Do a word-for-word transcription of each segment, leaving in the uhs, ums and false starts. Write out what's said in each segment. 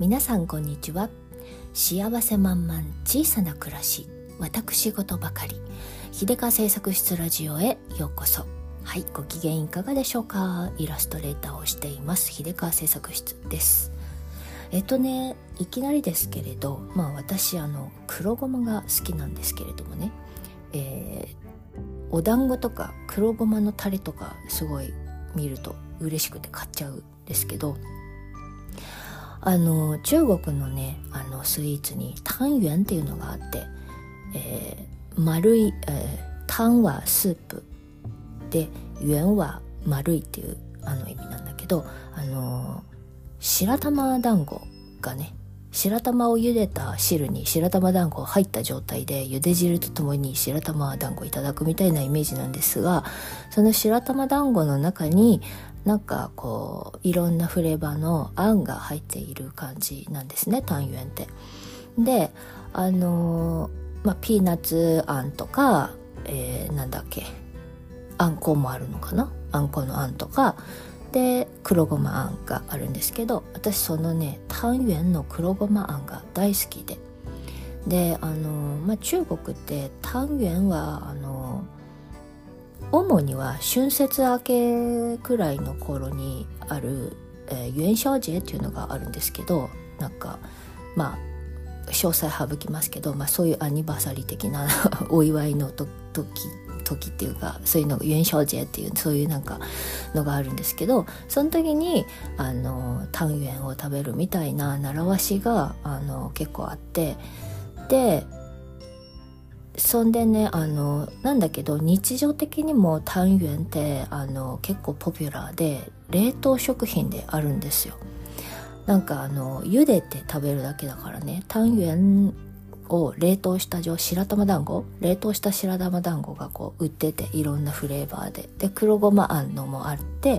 皆さんこんにちは。幸せ満々小さな暮らし、私事ばかり、秀川製作室ラジオへようこそ。はい、ご機嫌いかがでしょうか。イラストレーターをしています秀川製作室です。えっとねいきなりですけれど、まあ私あの黒ごまが好きなんですけれどもね、えー、お団子とか黒ごまのタレとかすごい見ると嬉しくて買っちゃうんですけど、あの中国のねあのスイーツにタンユンっていうのがあって、えー、丸い、えー、タンはスープでユンは丸いっていうあの意味なんだけど、あの白玉団子がね、白玉を茹でた汁に白玉団子入った状態で茹で汁とともに白玉団子いただくみたいなイメージなんですが、その白玉団子の中になんかこういろんなフレーバーのあんが入っている感じなんですね、タンユンって。であのーまあ、ピーナッツあんとか、えー、なんだっけあんこもあるのかな、あんこのあんとかで黒ごまあんがあるんですけど、私そのねタンユンの黒ごまあんが大好きで、であの、まあ、中国ってタンユンはあの主には春節明けくらいの頃にある、えー、元宵節っていうのがあるんですけど、なんかまあ詳細省きますけど、まあ、そういうアニバーサリー的なお祝いのと時時っていうか、そういうのが元宵節っていうそういうなんかのがあるんですけど、その時にあのタンユンを食べるみたいな習わしがあの結構あって、でそんでねあのなんだけど日常的にもタンユンってあの結構ポピュラーで冷凍食品であるんですよ。なんかあの茹でて食べるだけだからね、タンユンを冷凍した状白玉団子冷凍した白玉団子がこう売ってて、いろんなフレーバーでで黒ごまあんのもあって、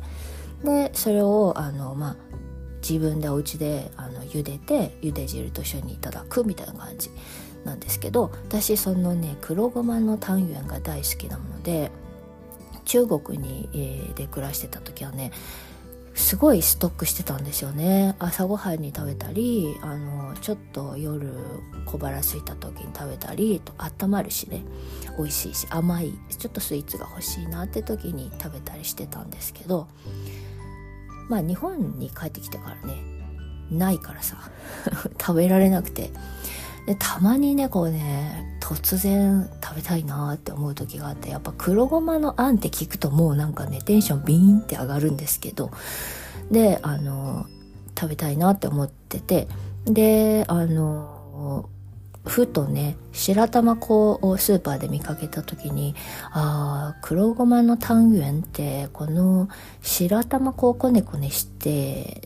でそれをあのまあ自分でお家であの茹でて茹で汁と一緒にいただくみたいな感じなんですけど、私そのね黒ごまのタンユンが大好きなので、中国に、えー、で暮らしてた時はねすごいストックしてたんですよね。朝ごはんに食べたり、あのちょっと夜小腹空いた時に食べたりと、温まるしね美味しいし甘いちょっとスイーツが欲しいなって時に食べたりしてたんですけど、まあ日本に帰ってきてからねないからさ食べられなくて、でたまにねこうね突然食べたいなって思う時があって、やっぱ黒ごまのあんって聞くともうなんかねテンションビーンって上がるんですけど、であの食べたいなって思ってて、であのふとね白玉粉をスーパーで見かけた時に、あー黒ごまのタンユンってこの白玉粉をこねこねして、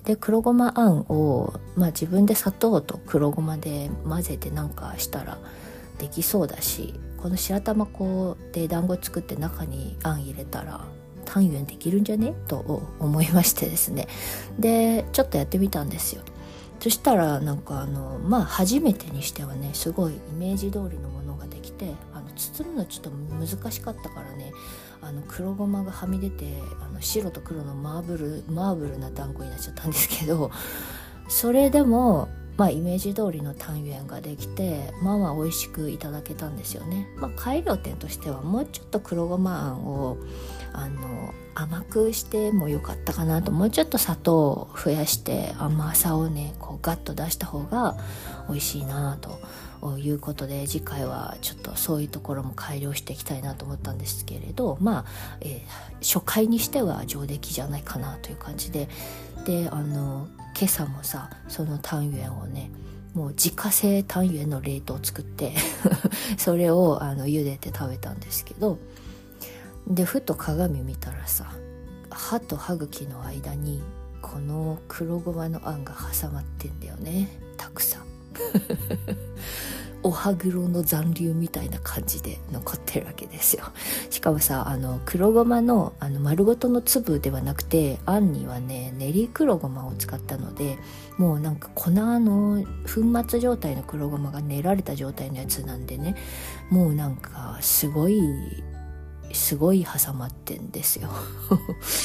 で黒ごまあんを、まあ、自分で砂糖と黒ごまで混ぜてなんかしたらできそうだし、この白玉粉で団子作って中にあん入れたらタンユンできるんじゃねと思いましてですね、でちょっとやってみたんですよ。そしたらなんかあのまあ初めてにしてはねすごいイメージ通りのものができて、あの包むのちょっと難しかったからね、あの黒ごまがはみ出てあの白と黒のマーブルマーブルな団子になっちゃったんですけど、それでもまあイメージ通りのタンユンができて、まあまあ美味しくいただけたんですよね。まあ改良点としてはもうちょっと黒ごまあんをあの甘くしてもよかったかなと、もうちょっと砂糖を増やして甘さをねこうガッと出した方が美味しいなということで、次回はちょっとそういうところも改良していきたいなと思ったんですけれど、まあ、えー、初回にしては上出来じゃないかなという感じで、であの今朝もさそのタンユンをねもう自家製タンユンの冷凍を作ってそれをあの茹でて食べたんですけど、でふと鏡見たらさ歯と歯茎の間にこの黒ごまのあんが挟まってんだよね、たくさんお歯黒の残留みたいな感じで残ってるわけですよ。しかもさあの黒ごまの、あの丸ごとの粒ではなくて、あんにはね練り黒ごまを使ったので、もうなんか粉の粉末状態の黒ごまが練られた状態のやつなんでね、もうなんかすごいすごい挟まってんですよ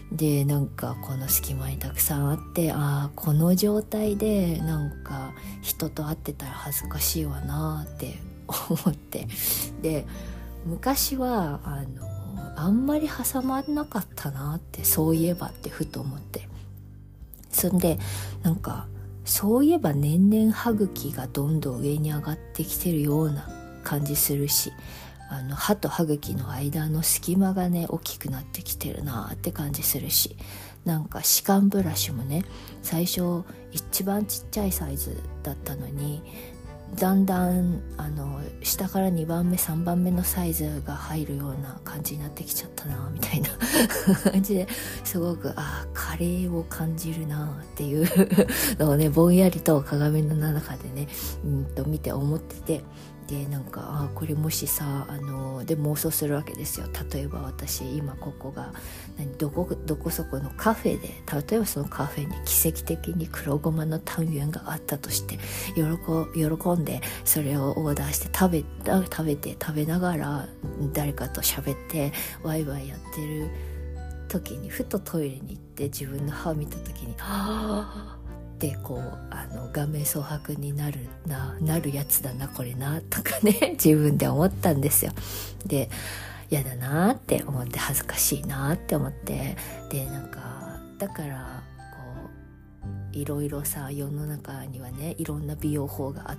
でなんかこの隙間にたくさんあって、ああこの状態でなんか人と会ってたら恥ずかしいわなって思って、で昔はあのあんまり挟まんなかったなって、そういえばってふと思って、そんでなんかそういえば年々歯茎がどんどん上に上がってきてるような感じするし、あの歯と歯茎の間の隙間がね大きくなってきてるなって感じするし、なんか歯間ブラシもね最初一番ちっちゃいサイズだったのに、だんだんあの下からにばんめさんばんめのサイズが入るような感じになってきちゃったなみたいな感じですごくあ加齢を感じるなっていうのをねぼんやりと鏡の中でねうんと見て思ってて、でなんかあこれもしさあので妄想するわけですよ。例えば私今ここが何どこどこそこのカフェで、例えばそのカフェに奇跡的に黒ごまのタンユンがあったとして、喜喜んでそれをオーダーして食べ食べて食べながら誰かと喋ってワイワイやってる時にふとトイレに行って自分の歯を見た時にはぁでこうあの顔面蒼白になるななるやつだなこれなとかね自分で思ったんですよ。でやだなって思って、恥ずかしいなって思って、でなんかだからこういろいろさ世の中にはねいろんな美容法があって、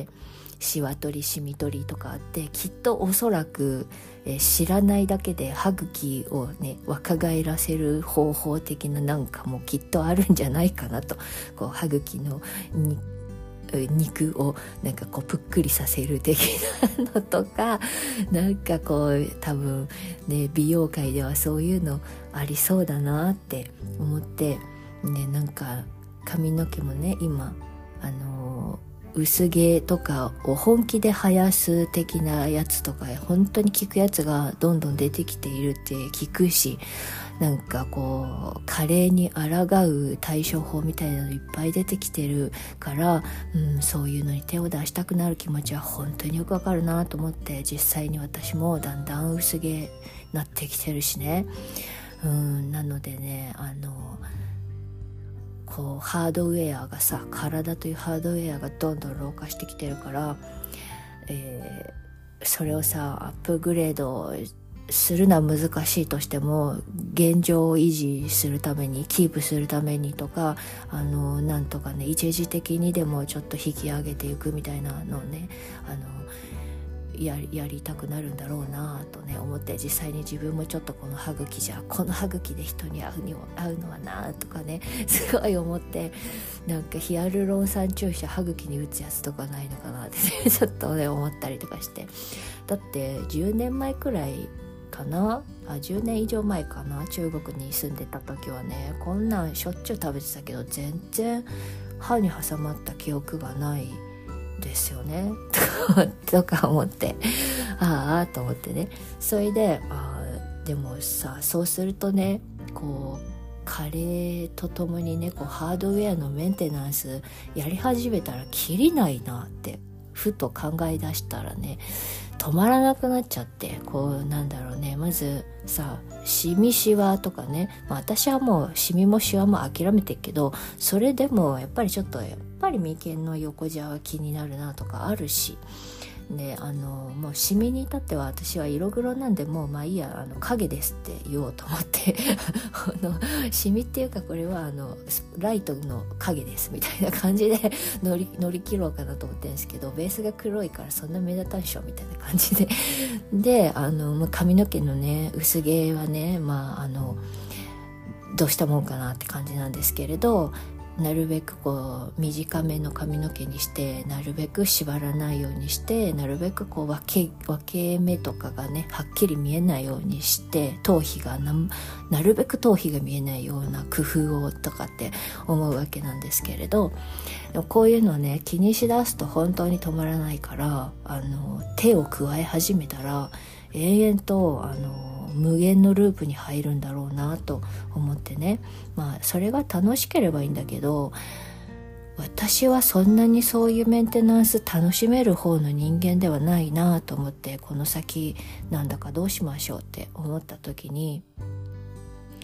シワ取りシミ取りとかあって、きっとおそらく、えー、知らないだけで歯茎をね若返らせる方法的ななんかもきっとあるんじゃないかなと、こう歯茎のに肉をなんかこうぷっくりさせる的なのとか、なんかこう多分ね美容界ではそういうのありそうだなって思って、ね、なんか髪の毛もね今あの薄毛とかを本気で生やす的なやつとか本当に効くやつがどんどん出てきているって聞くし、なんかこう加齢に抗う対処法みたいなのいっぱい出てきてるから、うん、そういうのに手を出したくなる気持ちは本当によくわかるなと思って、実際に私もだんだん薄毛になってきてるしね、うん、なのでねあのこうハードウェアがさ体というハードウェアがどんどん老化してきてるから、えー、それをさアップグレードするのは難しいとしても現状を維持するためにキープするためにとか、あのなんとかね一時的にでもちょっと引き上げていくみたいなのをねあのや, やりたくなるんだろうなとね思って、実際に自分もちょっとこの歯茎じゃこの歯茎で人に会うには会うのはなとかねすごい思って、なんかヒアルロン酸注射歯茎に打つやつとかないのかなって、ね、ちょっとね思ったりとかして、だってじゅうねんまえくらいかなあじゅうねん以上前かな、中国に住んでた時はねこんなんしょっちゅう食べてたけど全然歯に挟まった記憶がないですよねとか思ってああと思ってね、それであでもさそうするとねこう加齢とともにねこうハードウェアのメンテナンスやり始めたらキリないなってふと考え出したらね止まらなくなっちゃって、こうなんだろうねまずさシミシワとかね、まあ、私はもうシミもシワも諦めてるけど、それでもやっぱりちょっとやっぱり眉間の横じわは気になるなとかあるし、であのもうシミに至っては私は色黒なんでもうまあいいやあの影ですって言おうと思ってあのシミっていうかこれはあのライトの影ですみたいな感じで乗り乗り切ろうかなと思ってるんですけど、ベースが黒いからそんな目立たんでしょみたいな感じでであの髪の毛のね薄毛はねまああのどうしたもんかなって感じなんですけれど、なるべくこう短めの髪の毛にしてなるべく縛らないようにしてなるべくこう分け分け目とかがねはっきり見えないようにして頭皮が な, なるべく頭皮が見えないような工夫をとかって思うわけなんですけれど、でもこういうのね気にしだすと本当に止まらないからあの手を加え始めたら永遠とあの無限のループに入るんだろうなと思ってね、まあそれが楽しければいいんだけど、私はそんなにそういうメンテナンス楽しめる方の人間ではないなと思って、この先なんだかどうしましょうって思った時に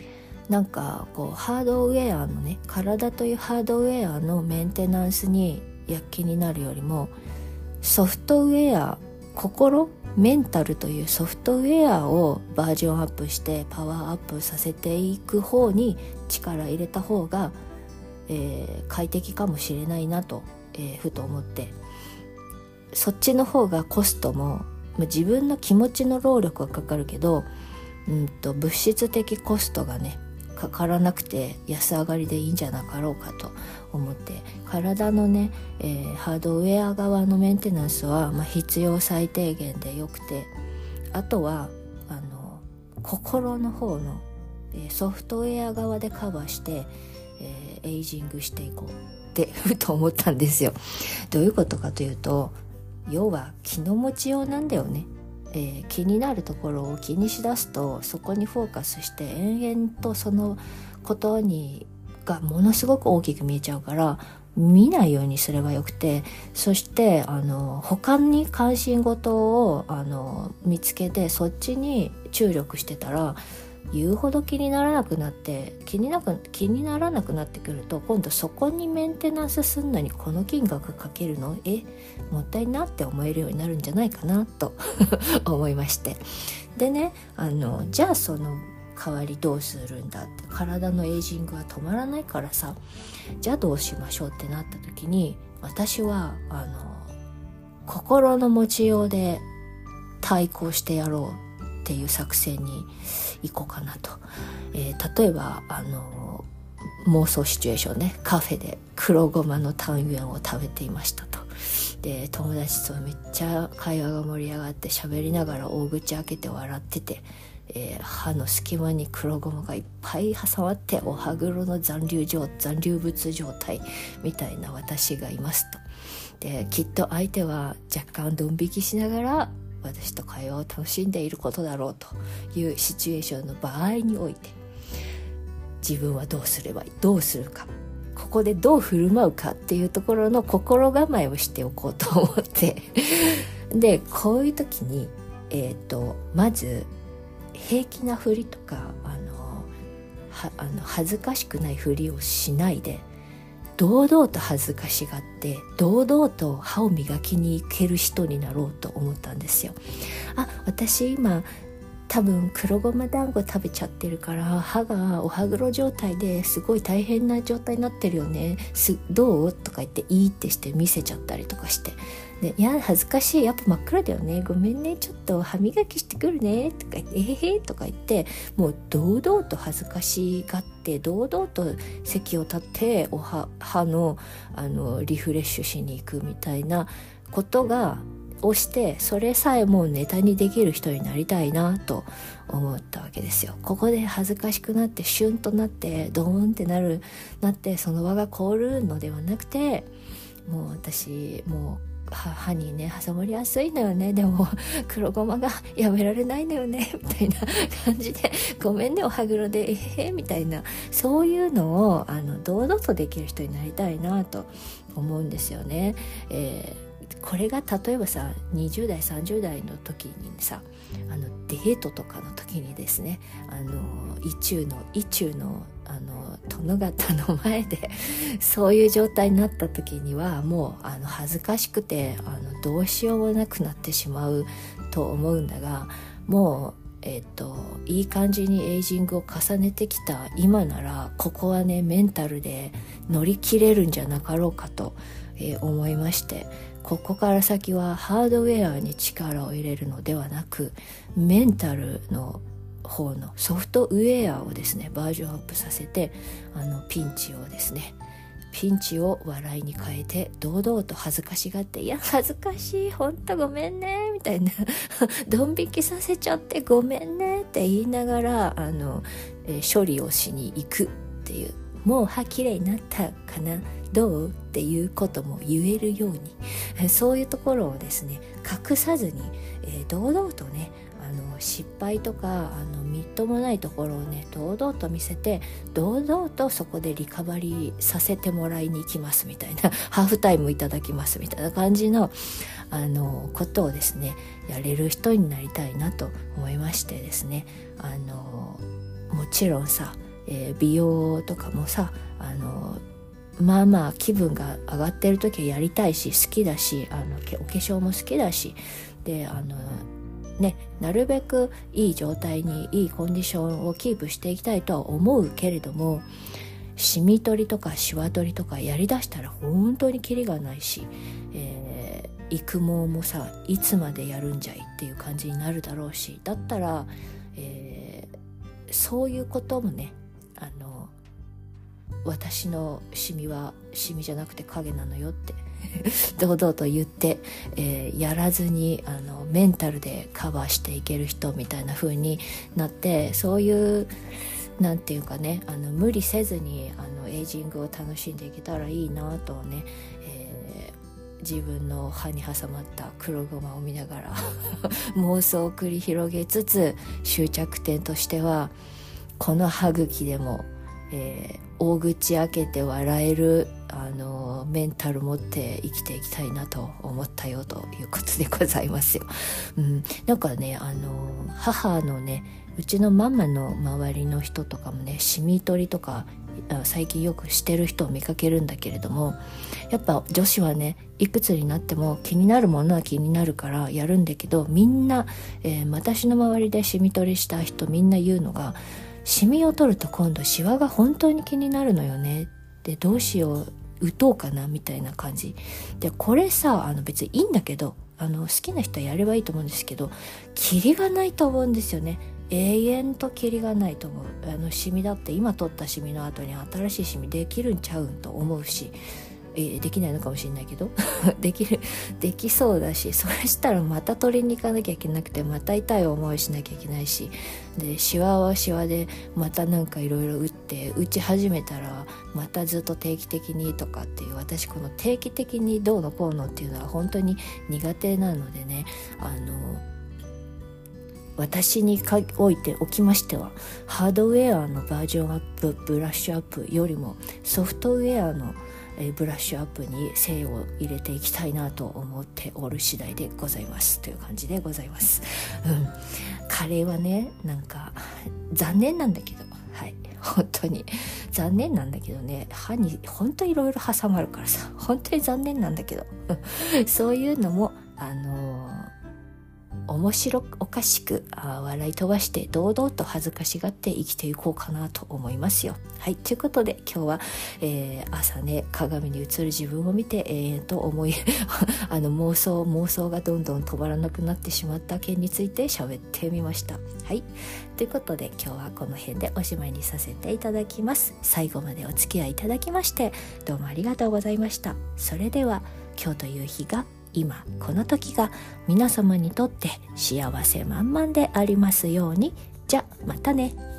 なんかこうハードウェアのね、体というハードウェアのメンテナンスに躍起になるよりも、ソフトウェア、心、メンタルというソフトウェアをバージョンアップしてパワーアップさせていく方に力入れた方が、えー、快適かもしれないなと、えー、ふと思って、そっちの方がコストも自分の気持ちの労力はかかるけど、うんと物質的コストがねかからなくて安上がりでいいんじゃなかろうかと思って、体のね、えー、ハードウェア側のメンテナンスは、まあ、必要最低限でよくて、あとはあの心の方の、えー、ソフトウェア側でカバーして、えー、エイジングしていこうってふと思ったんですよ。どういうことかというと、要は気の持ちようなんだよね。えー、気になるところを気にしだすと、そこにフォーカスして延々とそのことにがものすごく大きく見えちゃうから、見ないようにすればよくて、そしてあの他に関心事をあの見つけてそっちに注力してたら、言うほど気にならなくなって気になく気にならなくなってくると、今度そこにメンテナンスするのにこの金額かけるのえもったいなって思えるようになるんじゃないかなと思いまして、でね、あのじゃあその代わりどうするんだって、体のエイジングは止まらないからさ、じゃあどうしましょうってなった時に、私はあの心の持ちようで対抗してやろうっていう作戦に行こうかなと、えー、例えばあの妄想シチュエーションね、カフェで黒ごまのタンユエンを食べていましたと。で友達とめっちゃ会話が盛り上がって喋りながら大口開けて笑ってて、えー、歯の隙間に黒ごまがいっぱい挟まって、お歯黒の残留状残留物状態みたいな私がいますと。できっと相手は若干ドン引きしながら私と会話を楽しんでいることだろうというシチュエーションの場合において、自分はどうすればいい、どうするか、ここでどう振る舞うかっていうところの心構えをしておこうと思ってでこういう時に、えーと、まず平気なふりとかあのはあの恥ずかしくないふりをしないで、堂々と恥ずかしがって堂々と歯を磨きに行ける人になろうと思ったんですよ。あ、私今多分黒ごま団子食べちゃってるから歯がお歯黒状態ですごい大変な状態になってるよね、すどうとか言っていいってして見せちゃったりとかして、でいや恥ずかしい、やっぱ真っ暗だよね、ごめんね、ちょっと歯磨きしてくるねとか言ってえへへとか言って、もう堂々と恥ずかしがって堂々と席を立ってお歯歯のあのリフレッシュしに行くみたいなことがをして、それさえもうネタにできる人になりたいなと思ったわけですよ。ここで恥ずかしくなってシュンとなってドーンってなるなってその場が凍るのではなくて、もう私もう歯にね挟まりやすいのよね、でも黒ごまがやめられないのよねみたいな感じで、ごめんねお歯黒でえへへみたいな、そういうのをあの堂々とできる人になりたいなと思うんですよね。えーこれが例えばさにじゅう代さんじゅう代の時にさ、あのデートとかの時にですね、あの意中の意中のあの殿方の前でそういう状態になった時にはもうあの恥ずかしくてあのどうしようもなくなってしまうと思うんだが、もうえっといい感じにエイジングを重ねてきた今なら、ここはねメンタルで乗り切れるんじゃなかろうかと、えー、思いまして、ここから先はハードウェアに力を入れるのではなく、メンタルの方のソフトウェアをですねバージョンアップさせて、あのピンチをですねピンチを笑いに変えて堂々と恥ずかしがって、いや恥ずかしいほんとごめんねみたいなドン引きさせちゃってごめんねって言いながらあの、えー、処理をしに行くっていう、もう歯きれいになったかなどうっていうことも言えるように、そういうところをですね隠さずに、えー、堂々とねあの失敗とかあのみっともないところをね堂々と見せて、堂々とそこでリカバリーさせてもらいに行きますみたいな、ハーフタイムいただきますみたいな感じのあのことをですねやれる人になりたいなと思いましてですね、あのもちろんさえー、美容とかもさ、あのまあまあ気分が上がってる時はやりたいし好きだし、あのお化粧も好きだしで、あのね、なるべくいい状態にいいコンディションをキープしていきたいとは思うけれども、シミ取りとかシワ取りとかやりだしたら本当にキリがないし、えー、育毛もさいつまでやるんじゃいっていう感じになるだろうし、だったら、えー、そういうこともね、あの私のシミはシミじゃなくて影なのよって堂々と言って、えー、やらずにあのメンタルでカバーしていける人みたいな風になって、そういうなんていうかね、あの無理せずにあのエイジングを楽しんでいけたらいいなとね、えー、自分の歯に挟まった黒ごまを見ながら妄想を繰り広げつつ、終着点としてはこの歯茎でも、えー、大口開けて笑えるあのメンタル持って生きていきたいなと思ったよということでございますよ、うん、なんかね、あの母のね、うちのママの周りの人とかもね、シミ取りとか最近よくしてる人を見かけるんだけれども、やっぱ女子はね、いくつになっても気になるものは気になるからやるんだけど、みんな、えー、私の周りでシミ取りした人みんな言うのが、シミを取ると今度シワが本当に気になるのよねで、どうしよう打とうかなみたいな感じで、これさ、あの別にいいんだけど、あの好きな人はやればいいと思うんですけど、キリがないと思うんですよね。永遠とキリがないと思う。あのシミだって今取ったシミの後に新しいシミできるんちゃうんと思うし、えー、できないのかもしれないけどできるできそうだし、それしたらまた取りに行かなきゃいけなくて、また痛い思いしなきゃいけないし、でシワはシワでまたなんかいろいろ打って打ち始めたらまたずっと定期的にとかっていう、私この定期的にどうのこうのっていうのは本当に苦手なのでね、あの私においておきましては、ハードウェアのバージョンアップ、ブラッシュアップよりもソフトウェアのブラッシュアップに精を入れていきたいなと思っておる次第でございますという感じでございます、うん、カレーはね、なんか残念なんだけど、はい本当に残念なんだけどね、歯に本当にいろいろ挟まるからさ、本当に残念なんだけどそういうのもあのー面白おかしくあ笑い飛ばして堂々と恥ずかしがって生きていこうかなと思いますよ。はい、ということで今日は、えー、朝ね鏡に映る自分を見て永遠と思いあの妄想妄想がどんどん止まらなくなってしまった件について喋ってみました。はい、ということで今日はこの辺でおしまいにさせていただきます。最後までお付き合いいただきましてどうもありがとうございました。それでは今日という日が今この時が皆様にとって幸せ満々でありますように。じゃまたね。